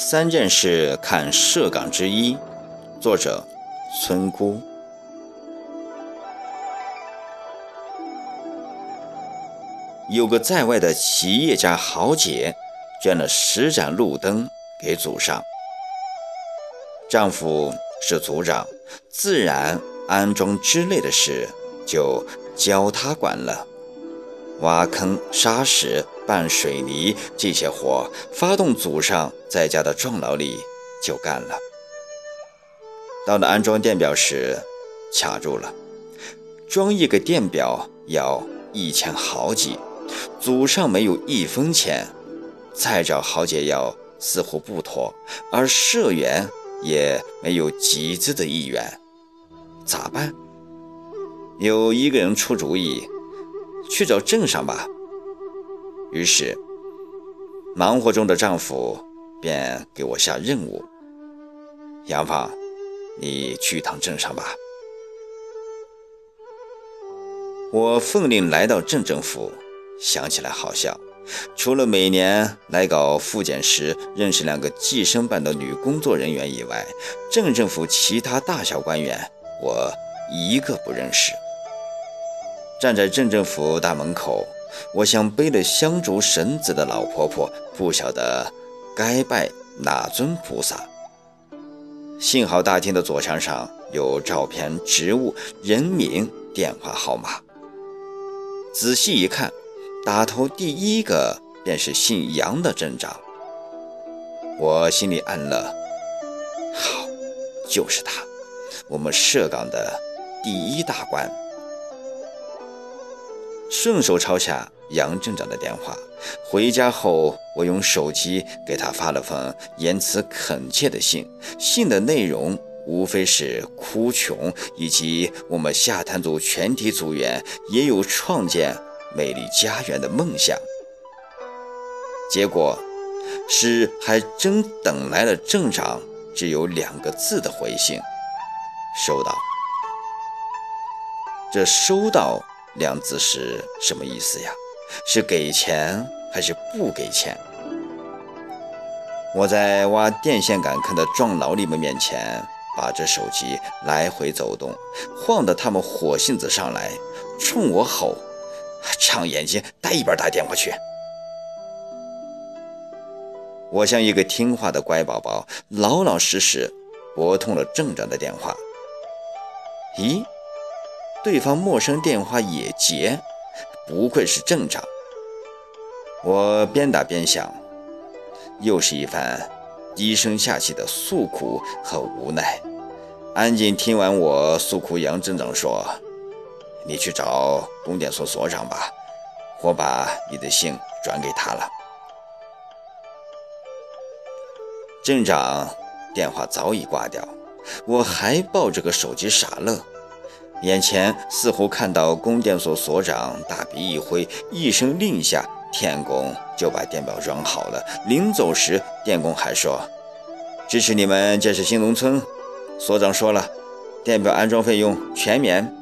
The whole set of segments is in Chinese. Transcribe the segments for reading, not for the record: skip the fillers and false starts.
3件事看涉港之一，作者村姑。有个在外的企业家豪杰，捐了10盏路灯给祖上。丈夫是族长，自然安装之类的事就交他管了。挖坑、沙石、拌水泥这些活，发动祖上在家的壮劳力就干了。到了安装电表时，卡住了，装一个电表要1000好几，祖上没有1分钱，再找豪杰要似乎不妥，而社员也没有集资的意愿，咋办？有一个人出主意，去找镇上吧。于是忙活中的丈夫便给我下任务：杨放，你去一趟镇上吧。我奉令来到镇政府，想起来好笑，除了每年来搞复检时认识2个计生办的女工作人员以外，镇政府其他大小官员我一个不认识。站在镇政府大门口，我像背了香烛绳子的老婆婆，不晓得该拜哪尊菩萨。幸好大厅的左墙上有照片、职务、人名、电话号码。仔细一看，打头第一个便是姓杨的镇长。我心里暗乐，好，就是他，我们涉港的第1大官。顺手抄下杨镇长的电话，回家后我用手机给他发了封言辞恳切的信，信的内容无非是哭穷，以及我们下滩族全体组员也有创建美丽家园的梦想。结果是还真等来了镇长只有2个字的回信：收到。这收到2字是什么意思呀？是给钱还是不给钱？我在挖电线杆坑的壮劳力们面前把这手机来回走动，晃得他们火性子上来，冲我吼：长眼睛，带一边打电话去。我像一个听话的乖宝宝，老老实实拨通了镇长的电话。咦，对方陌生电话也接，不愧是镇长。我边打边想，又是一番低声下气的诉苦和无奈。安静听完我诉苦，杨镇长说：你去找供电所所长吧，我把你的信转给他了。镇长电话早已挂掉，我还抱着个手机傻乐，眼前似乎看到供电所所长大笔一挥，一声令下，电工就把电表装好了。临走时，电工还说：支持你们建设新农村，所长说了，电表安装费用全免。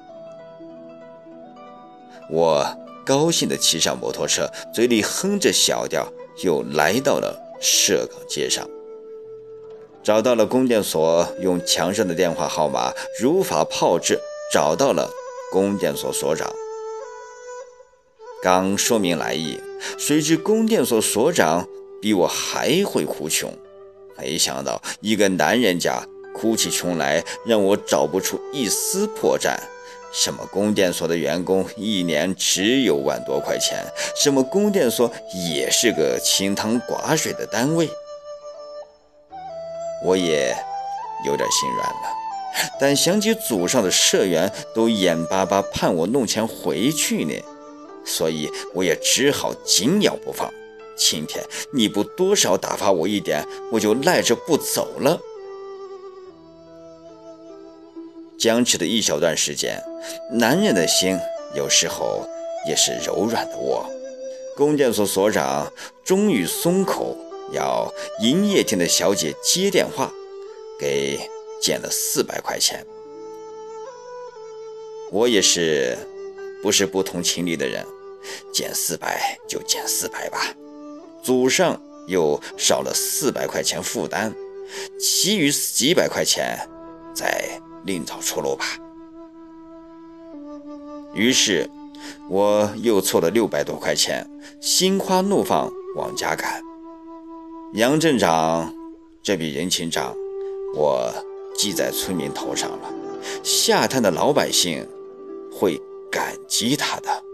我高兴地骑上摩托车，嘴里哼着小调，又来到了涉港街上。找到了供电所，用墙上的电话号码如法炮制，找到了供电所所长。刚说明来意，谁知供电所所长比我还会哭穷。没想到一个男人家哭起穷来，让我找不出一丝破绽。什么供电所的员工1年只有1万多块钱，什么供电所也是个清汤寡水的单位。我也有点心软了，但想起祖上的社员都眼巴巴盼我弄钱回去呢，所以我也只好紧咬不放。今天你不多少打发我一点，我就赖着不走了。僵持的一小段时间，男人的心有时候也是柔软的窝。供电所所长终于松口，要营业厅的小姐接电话，给减了400块钱。我也是不同情理的人，减400就减400吧。祖上又少了400块钱负担，其余几百块钱再另找出路吧。于是我又凑了600多块钱，心花怒放往家赶。杨镇长这笔人情账，我记在村民头上了，下滩的老百姓会感激他的。